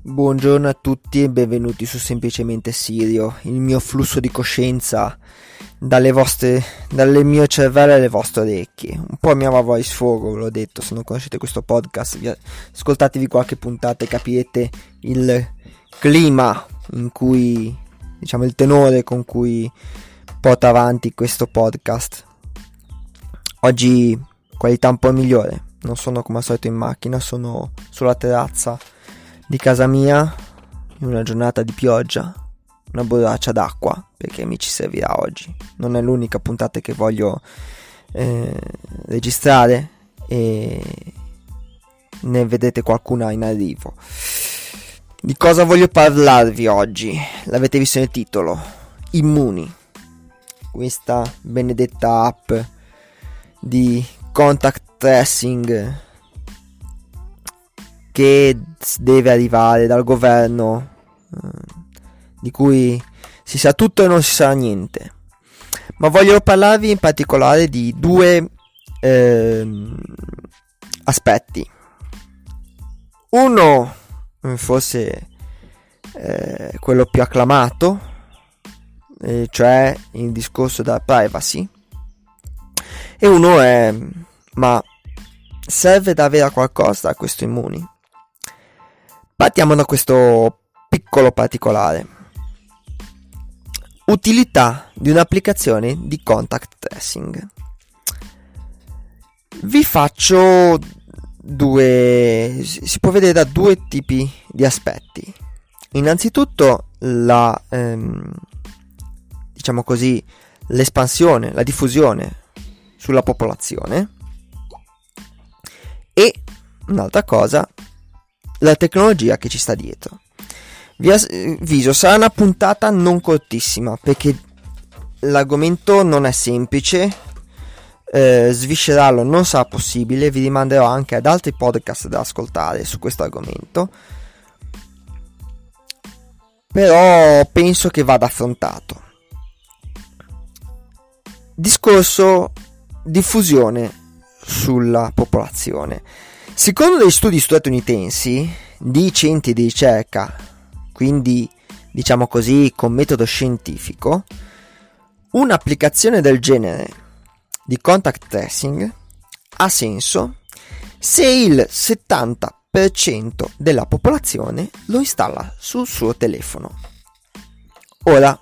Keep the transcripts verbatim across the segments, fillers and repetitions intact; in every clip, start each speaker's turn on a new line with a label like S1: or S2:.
S1: Buongiorno a tutti e benvenuti su Semplicemente Sirio, il mio flusso di coscienza dalle vostre, dalle mie cervello alle vostre orecchie. Un po' mi aveva voice sfogo, ve l'ho detto, se non conoscete questo podcast, vi, ascoltatevi qualche puntata e capirete il clima in cui, diciamo il tenore con cui porto avanti questo podcast. Oggi qualità un po' migliore, non sono come al solito in macchina, sono sulla terrazza di casa mia in una giornata di pioggia, una borraccia d'acqua perché mi ci servirà oggi. Non è l'unica puntata che voglio eh, registrare e ne vedete qualcuna in arrivo. Di cosa voglio parlarvi oggi? L'avete visto nel titolo: Immuni, questa benedetta app di contact tracing che deve arrivare dal governo, eh, di cui si sa tutto e non si sa niente. Ma voglio parlarvi in particolare di due eh, aspetti. Uno, forse eh, quello più acclamato, eh, cioè il discorso della privacy. E uno è: ma serve davvero a qualcosa da questo Immuni? Partiamo da questo piccolo particolare. Utilità di un'applicazione di contact tracing. Vi faccio due, si può vedere da due tipi di aspetti. Innanzitutto la, ehm, diciamo così, l'espansione, la diffusione sulla popolazione, e un'altra cosa, la tecnologia che ci sta dietro. Vi avviso, sarà una puntata non cortissima perché l'argomento non è semplice, eh, sviscerarlo non sarà possibile. Vi rimanderò anche ad altri podcast da ascoltare su questo argomento, però penso che vada affrontato. Discorso diffusione sulla popolazione. Secondo degli studi statunitensi di centri di ricerca, quindi diciamo così con metodo scientifico, un'applicazione del genere di contact tracing ha senso se il settanta per cento della popolazione lo installa sul suo telefono. Ora,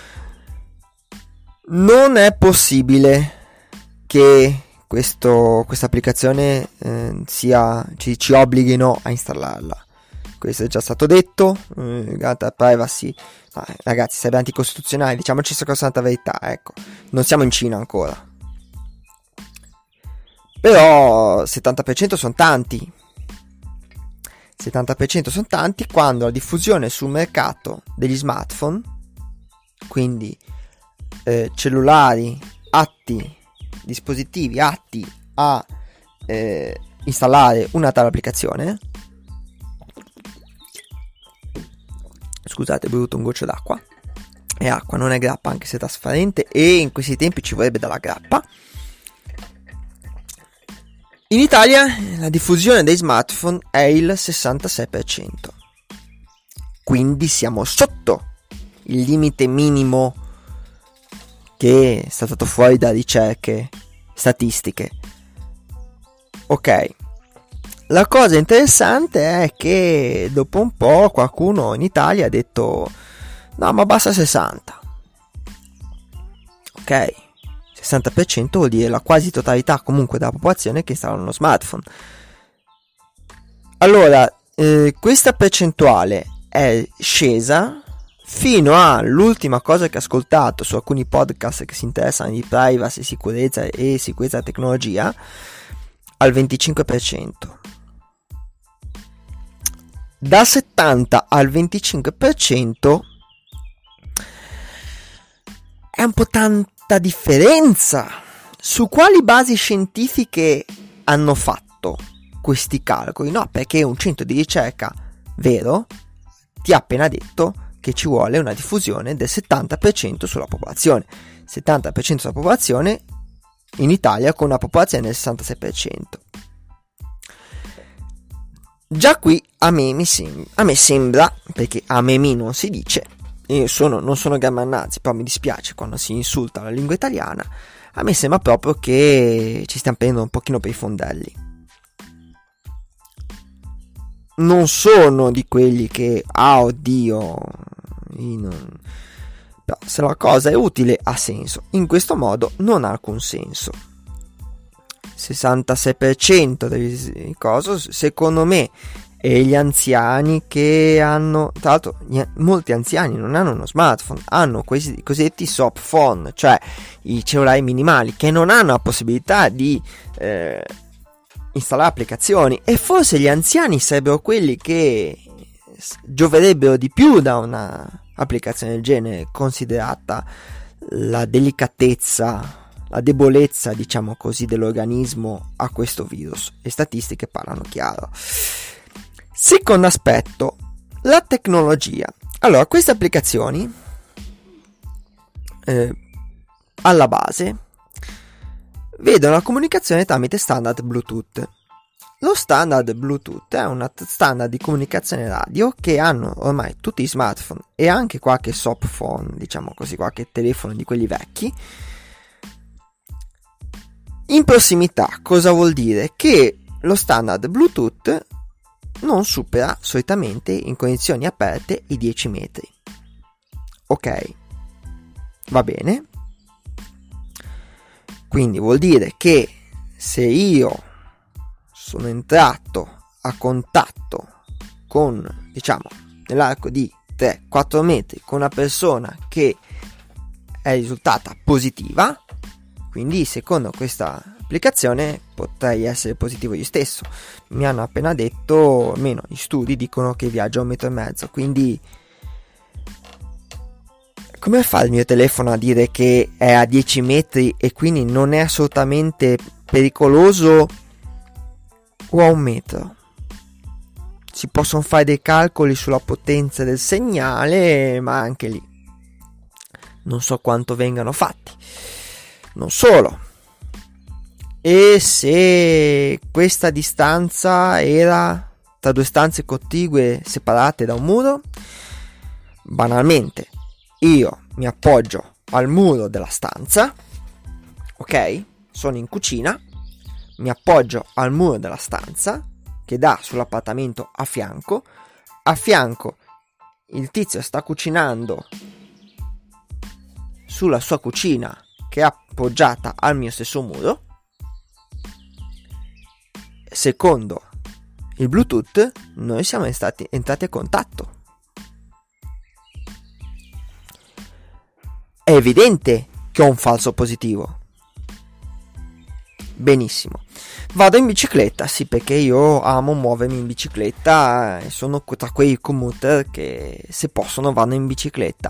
S1: non è possibile che questo questa applicazione eh, sia ci, ci obblighino a installarla. Questo è già stato detto, eh, data privacy. Ma, ragazzi, sarebbe anticostituzionale, diciamoci questa santa verità, ecco. Non siamo in Cina ancora. Però settanta per cento sono tanti. settanta per cento sono tanti quando la diffusione sul mercato degli smartphone, quindi eh, cellulari atti dispositivi atti a eh, installare una tale applicazione. Scusate, ho bevuto un goccio d'acqua. È acqua, non è grappa, anche se è trasparente, e in questi tempi ci vorrebbe della grappa. In Italia la diffusione dei smartphone è il sessantasei per cento, quindi siamo sotto il limite minimo che è stato fuori da ricerche statistiche. Ok, la cosa interessante è che dopo un po' qualcuno in Italia ha detto: no, ma basta sessanta. Ok, sessanta per cento vuol dire la quasi totalità comunque della popolazione che installa uno smartphone. Allora, eh, questa percentuale è scesa fino all'ultima cosa che ho ascoltato su alcuni podcast che si interessano di privacy, sicurezza e sicurezza della tecnologia, al venticinque per cento. Da settanta al venticinque per cento è un po' tanta differenza. Su quali basi scientifiche hanno fatto questi calcoli? No, perché un centro di ricerca vero ti ha appena detto che ci vuole una diffusione del settanta per cento sulla popolazione. settanta per cento sulla popolazione in Italia, con una popolazione del sessantasei per cento. Già qui a me, mi sem- a me sembra, perché a me mi non si dice, io sono, non sono German Nazi, però mi dispiace quando si insulta la lingua italiana, a me sembra proprio che ci stiamo prendendo un pochino per i fondelli. Non sono di quelli che, ah oddio, non... però se la cosa è utile ha senso, in questo modo non ha alcun senso. sessantasei per cento delle cose, secondo me, e gli anziani che hanno, tra l'altro molti anziani non hanno uno smartphone, hanno questi cosiddetti soft phone, cioè i cellulari minimali, che non hanno la possibilità di eh, installare applicazioni, e forse gli anziani sarebbero quelli che gioverebbero di più da una applicazione del genere, considerata la delicatezza, la debolezza, diciamo così, dell'organismo a questo virus. Le statistiche parlano chiaro. Secondo aspetto, la tecnologia. Allora, queste applicazioni eh, alla base vedono la comunicazione tramite standard Bluetooth. Lo standard Bluetooth è una standard di comunicazione radio che hanno ormai tutti i smartphone e anche qualche soft phone, diciamo così, qualche telefono di quelli vecchi. In prossimità, cosa vuol dire? Che lo standard Bluetooth non supera solitamente in condizioni aperte i dieci metri. Ok, va bene. Quindi vuol dire che se io sono entrato a contatto con, diciamo, nell'arco di tre quattro metri con una persona che è risultata positiva, quindi secondo questa applicazione potrei essere positivo io stesso. Mi hanno appena detto, almeno gli studi dicono che viaggia a un metro e mezzo, quindi come fa il mio telefono a dire che è a dieci metri e quindi non è assolutamente pericoloso o a un metro? Si possono fare dei calcoli sulla potenza del segnale, ma anche lì non so quanto vengano fatti. Non solo, e se questa distanza era tra due stanze contigue separate da un muro, banalmente io mi appoggio al muro della stanza, ok? Sono in cucina, mi appoggio al muro della stanza che dà sull'appartamento a fianco, a fianco il tizio sta cucinando sulla sua cucina che è appoggiata al mio stesso muro. Secondo il Bluetooth noi siamo stati entrati a contatto. È evidente che ho un falso positivo. Benissimo. Vado in bicicletta, sì, perché io amo muovermi in bicicletta e sono tra quei commuter che se possono vanno in bicicletta.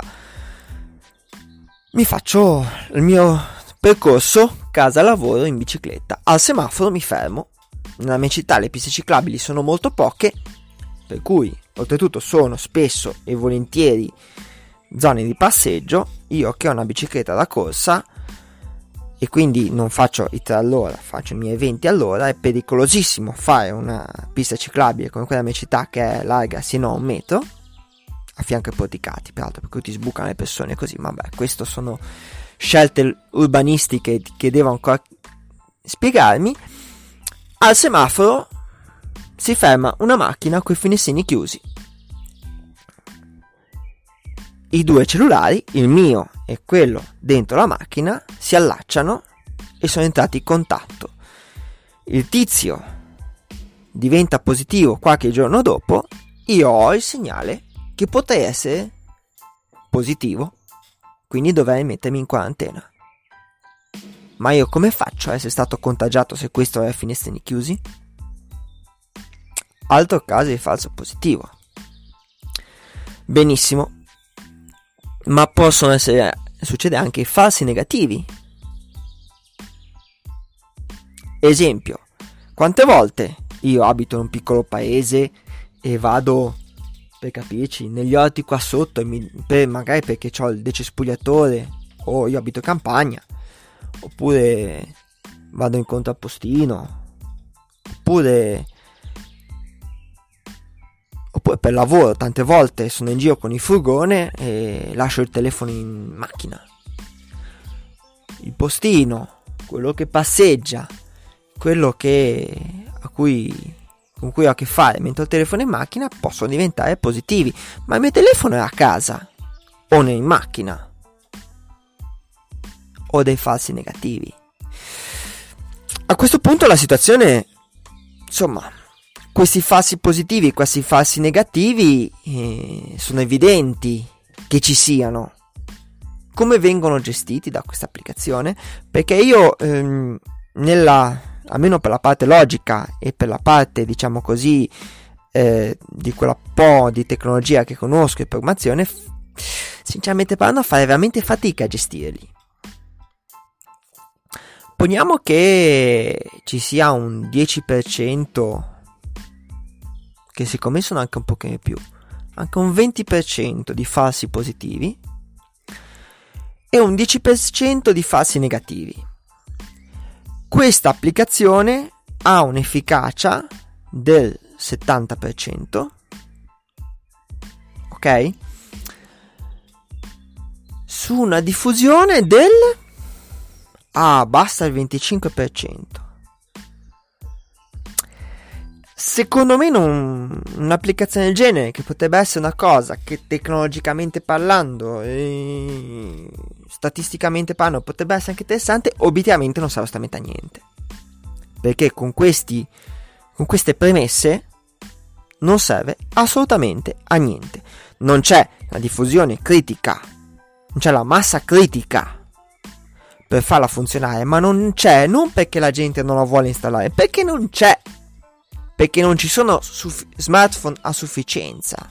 S1: Mi faccio il mio percorso casa-lavoro in bicicletta. Al semaforo mi fermo. Nella mia città le piste ciclabili sono molto poche, per cui oltretutto sono spesso e volentieri zone di passeggio. Io che ho una bicicletta da corsa e quindi non faccio i tre all'ora, faccio i miei venti all'ora, è pericolosissimo fare una pista ciclabile come quella della mia città che è larga sino a un metro, a fianco ai porticati, peraltro, per cui ti sbucano le persone così. Ma beh, queste sono scelte urbanistiche che devo ancora spiegarmi. Al semaforo si ferma una macchina coi finestrini chiusi. I due cellulari, il mio e quello dentro la macchina, si allacciano e sono entrati in contatto. Il tizio diventa positivo qualche giorno dopo, io ho il segnale che potrei essere positivo, quindi dovrei mettermi in quarantena. Ma io come faccio a essere stato contagiato se questo è a finestrini chiusi? Altro caso di falso positivo. Benissimo. Ma possono essere, succede anche i falsi negativi. Esempio, quante volte io abito in un piccolo paese e vado, per capirci, negli orti qua sotto, e mi, per, magari perché ho il decespugliatore, o io abito in campagna, oppure vado incontro al postino, oppure oppure per lavoro, tante volte sono in giro con il furgone e lascio il telefono in macchina. Il postino, quello che passeggia, quello che a cui con cui ho a che fare mentre ho il telefono in macchina possono diventare positivi, ma il mio telefono è a casa o in macchina, o dei falsi negativi. A questo punto la situazione, insomma, questi falsi positivi, questi falsi negativi eh, sono evidenti che ci siano. Come vengono gestiti da questa applicazione? Perché io ehm, nella, almeno per la parte logica e per la parte, diciamo così, eh, di quella po' di tecnologia che conosco e programmazione, f- sinceramente parlando, fare veramente fatica a gestirli. Poniamo che ci sia un dieci per cento, che secondo me sono anche un pochino più, anche un venti per cento di falsi positivi e un dieci per cento di falsi negativi. Questa applicazione ha un'efficacia del settanta per cento, ok? Su una diffusione del ah, basta il venticinque per cento. Secondo me non, un'applicazione del genere, che potrebbe essere una cosa che tecnologicamente parlando e statisticamente parlando potrebbe essere anche interessante, obiettivamente non serve assolutamente a niente, perché con questi con queste premesse non serve assolutamente a niente. Non c'è la diffusione critica, non c'è la massa critica per farla funzionare, ma non c'è, non perché la gente non la vuole installare, perché non c'è, perché non ci sono suff- smartphone a sufficienza.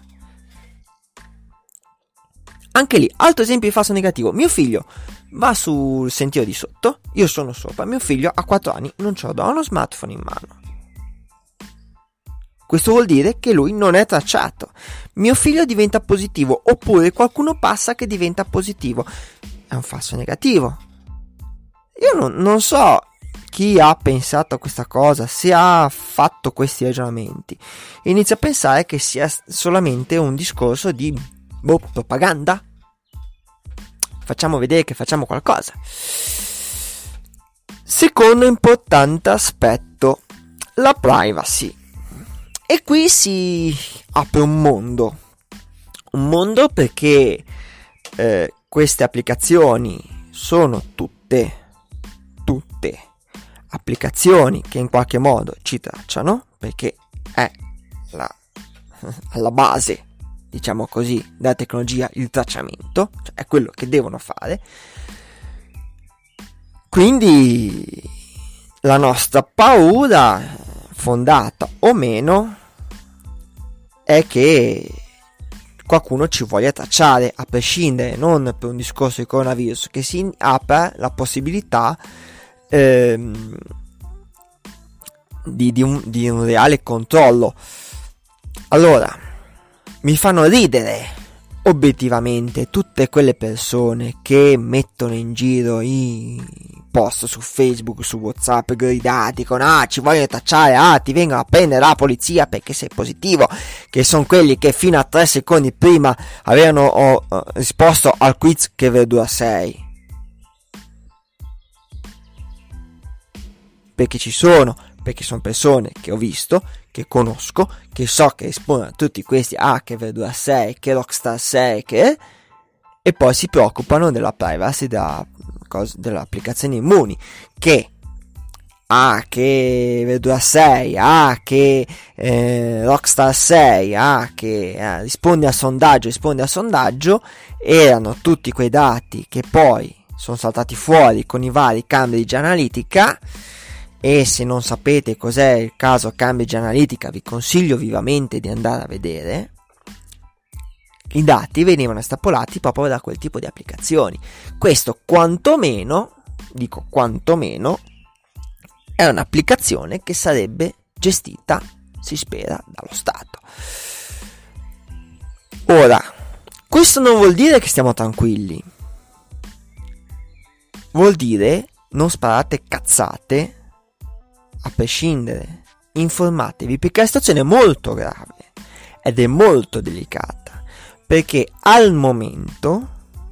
S1: Anche lì, altro esempio di falso negativo: mio figlio va sul sentiero di sotto, io sono sopra, mio figlio ha quattro anni, non ce l'ho, ha uno smartphone in mano. Questo vuol dire che lui non è tracciato. Mio figlio diventa positivo, oppure qualcuno passa che diventa positivo. È un falso negativo. Io non, non so chi ha pensato a questa cosa, se ha fatto questi ragionamenti. Inizio a pensare che sia solamente un discorso di boh, propaganda. Facciamo vedere che facciamo qualcosa. Secondo importante aspetto, la privacy. E qui si apre un mondo. Un mondo perché eh, queste applicazioni sono tutte tutte applicazioni che in qualche modo ci tracciano, perché è la, alla base, diciamo così, della tecnologia il tracciamento, cioè è quello che devono fare. Quindi la nostra paura, fondata o meno, è che qualcuno ci voglia tracciare, a prescindere, non per un discorso di coronavirus, che si apra la possibilità ehm, di, di, un, di un reale controllo. Allora, mi fanno ridere obiettivamente tutte quelle persone che mettono in giro i post su Facebook, su WhatsApp, gridati con ah ci vogliono tacciare, ah ti vengono a prendere la polizia perché sei positivo, che sono quelli che fino a tre secondi prima avevano oh, oh, risposto al quiz che verdura sei. Perché ci sono, perché sono persone che ho visto, che conosco, che so che rispondono a tutti questi ah che verdura sei, che rockstar sei, che e poi si preoccupano della privacy della cosa, delle applicazioni immuni, che ah che verdura sei, ah che eh, rockstar sei, ah che eh, risponde al sondaggio, risponde al sondaggio, erano tutti quei dati che poi sono saltati fuori con i vari Cambridge Analytica. E se non sapete cos'è il caso Cambridge Analytica, vi consiglio vivamente di andare a vedere. I dati venivano estrapolati proprio da quel tipo di applicazioni. Questo quantomeno, dico quantomeno, è un'applicazione che sarebbe gestita, si spera, dallo Stato. Ora, questo non vuol dire che stiamo tranquilli. Vuol dire non sparate cazzate a prescindere, informatevi, perché la situazione è molto grave, ed è molto delicata, perché al momento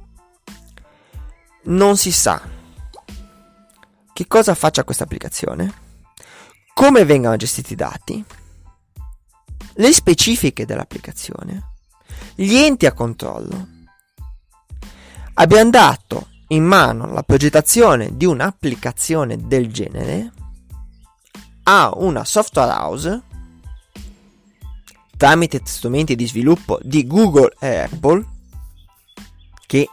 S1: non si sa che cosa faccia questa applicazione, come vengano gestiti i dati, le specifiche dell'applicazione, gli enti a controllo. Abbiamo dato in mano la progettazione di un'applicazione del genere a una software house tramite strumenti di sviluppo di Google e Apple, che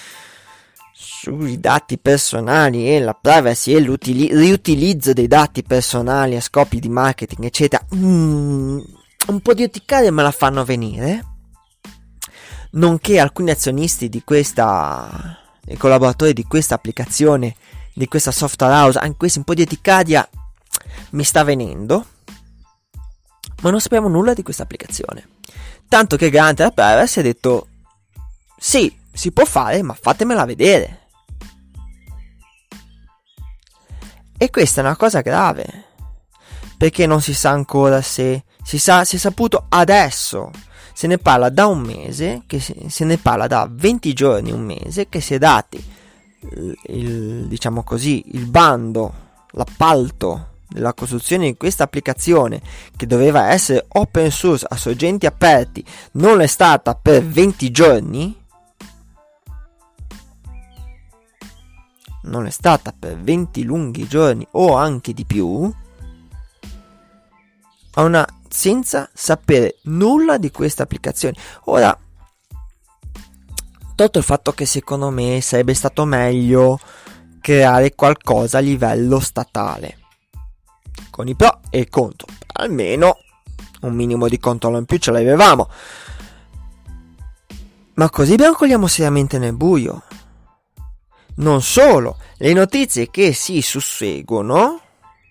S1: sui dati personali e la privacy e l'utili- riutilizzo dei dati personali a scopi di marketing eccetera, mm, un po' di urticare me la fanno venire, nonché alcuni azionisti di questa, i collaboratori di questa applicazione, di questa software house, anche questo un po' di urticaria mi sta venendo, ma non sappiamo nulla di questa applicazione, tanto che il garante della privacy ha detto sì, si può fare, ma fatemela vedere. E questa è una cosa grave, perché non si sa ancora se si sa, si è saputo adesso, se ne parla da un mese, che se, se ne parla da venti giorni, un mese, che si è dati il, il diciamo così, il bando, l'appalto della costruzione di questa applicazione, che doveva essere open source a sorgenti aperti, non è stata per venti giorni, non è stata per venti lunghi giorni o anche di più, a una senza sapere nulla di questa applicazione. Ora, tolto il fatto che secondo me sarebbe stato meglio creare qualcosa a livello statale, con i pro e i contro, almeno un minimo di controllo in più ce l'avevamo, ma così brancoliamo seriamente nel buio. Non solo, le notizie che si susseguono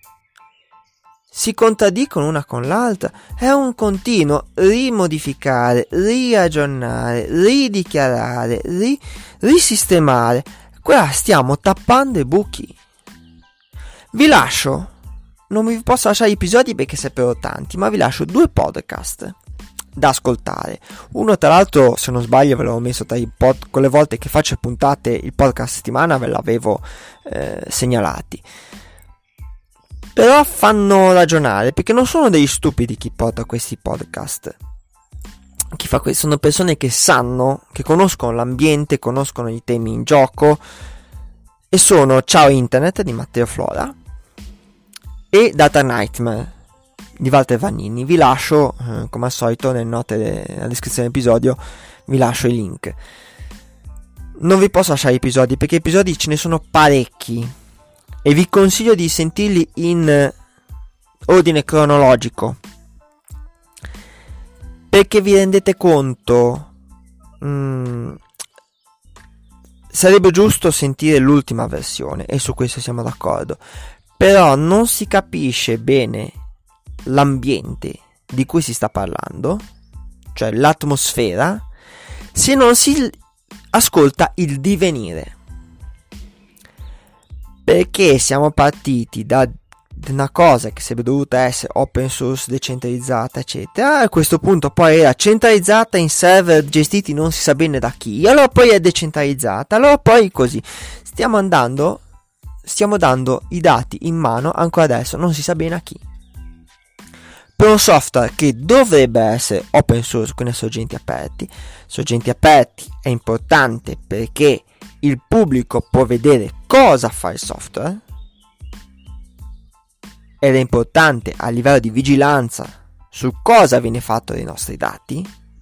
S1: si contraddicono una con l'altra, è un continuo rimodificare, riaggiornare, ridichiarare, ri, risistemare. Qua stiamo tappando i buchi. Vi lascio, non vi posso lasciare episodi perché sarebbero tanti, ma vi lascio due podcast da ascoltare. Uno, tra l'altro, se non sbaglio ve l'avevo messo tra i pod, quelle volte che faccio puntate il podcast settimana ve l'avevo eh, segnalati. Però fanno ragionare, perché non sono degli stupidi chi porta questi podcast. Chi fa questo sono persone che sanno, che conoscono l'ambiente, conoscono i temi in gioco, e sono Ciao Internet di Matteo Flora e Data Nightmare di Walter Vanini. Vi lascio, eh, come al solito, nelle note della descrizione dell'episodio, vi lascio i link. Non vi posso lasciare episodi, perché episodi ce ne sono parecchi, e vi consiglio di sentirli in ordine cronologico, perché vi rendete conto, mh, sarebbe giusto sentire l'ultima versione, e su questo siamo d'accordo, però non si capisce bene l'ambiente di cui si sta parlando, cioè l'atmosfera, se non si ascolta il divenire, perché siamo partiti da una cosa che sarebbe dovuta essere open source, decentralizzata eccetera, a questo punto poi era centralizzata in server gestiti non si sa bene da chi, allora poi è decentralizzata, allora poi così stiamo andando, stiamo dando i dati in mano ancora adesso non si sa bene a chi, per un software che dovrebbe essere open source con i sorgenti aperti. Sorgenti aperti è importante perché il pubblico può vedere cosa fa il software, ed è importante a livello di vigilanza su cosa viene fatto dei nostri dati.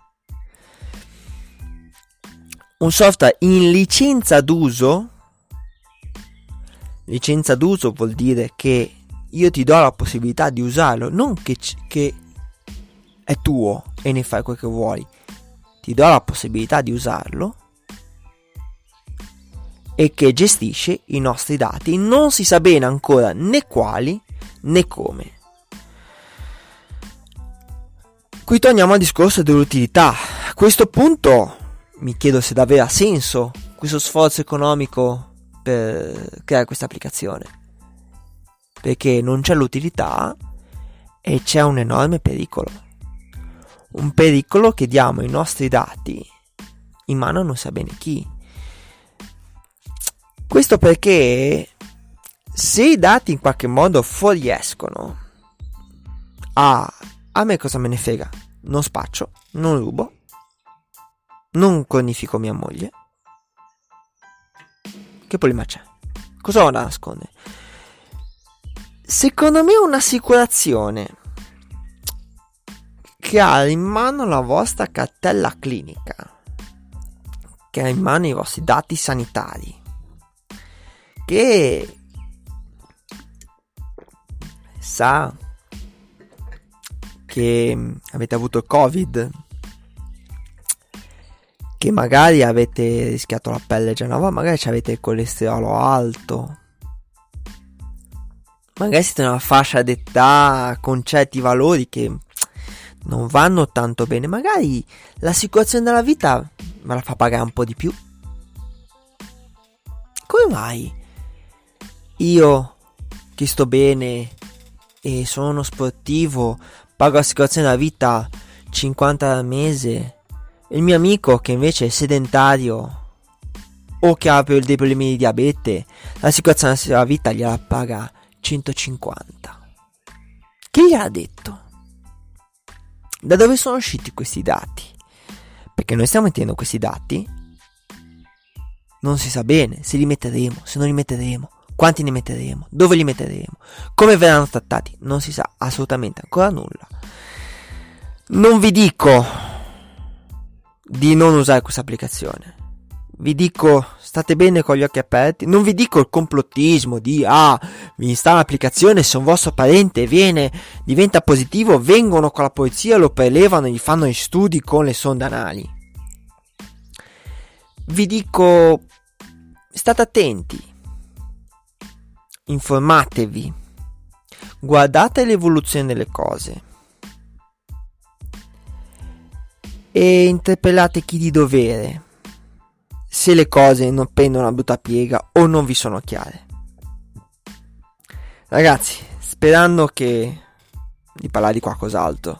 S1: Un software in licenza d'uso, licenza d'uso vuol dire che io ti do la possibilità di usarlo, non che, che è tuo e ne fai quel che vuoi, ti do la possibilità di usarlo e che gestisce i nostri dati, non si sa bene ancora né quali né come. Qui torniamo al discorso dell'utilità. A questo punto mi chiedo se davvero ha senso questo sforzo economico per creare questa applicazione, perché non c'è l'utilità e c'è un enorme pericolo. un pericolo che diamo i nostri dati in mano a non sa bene chi. Questo perché se i dati in qualche modo fuoriescono, ah, a me cosa me ne frega, non spaccio, non rubo, non cornifico mia moglie, che problema c'è? Cosa ho da nascondere? Secondo me un'assicurazione che ha in mano la vostra cartella clinica, che ha in mano i vostri dati sanitari, che sa che avete avuto il Covid, che magari avete rischiato la pelle già una volta, magari avete il colesterolo alto, magari siete in una fascia d'età con certi valori che non vanno tanto bene, magari l'assicurazione della vita me la fa pagare un po' di più. Come mai io che sto bene e sono uno sportivo pago l'assicurazione della vita cinquanta al mese, e il mio amico che invece è sedentario o che ha per dei problemi di diabete l'assicurazione della vita gliela paga centocinquanta? Chi gli ha detto? Da dove sono usciti questi dati? Perché noi stiamo mettendo questi dati, non si sa bene se li metteremo, se non li metteremo, quanti ne metteremo, dove li metteremo, come verranno trattati, non si sa assolutamente ancora nulla. Non vi dico di non usare questa applicazione, vi dico state bene con gli occhi aperti, non vi dico il complottismo di ah, vi installa l'applicazione, se un vostro parente viene, diventa positivo, vengono con la polizia, lo prelevano e gli fanno gli studi con le sonde anali. Vi dico state attenti, informatevi, guardate l'evoluzione delle cose e interpellate chi di dovere se le cose non prendono una brutta piega o non vi sono chiare. Ragazzi, sperando che di parlare di qualcos'altro,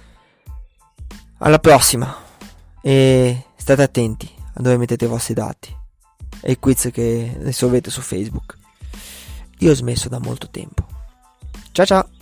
S1: alla prossima, e state attenti a dove mettete i vostri dati e i quiz che risolvete su Facebook. Io ho smesso da molto tempo. Ciao ciao.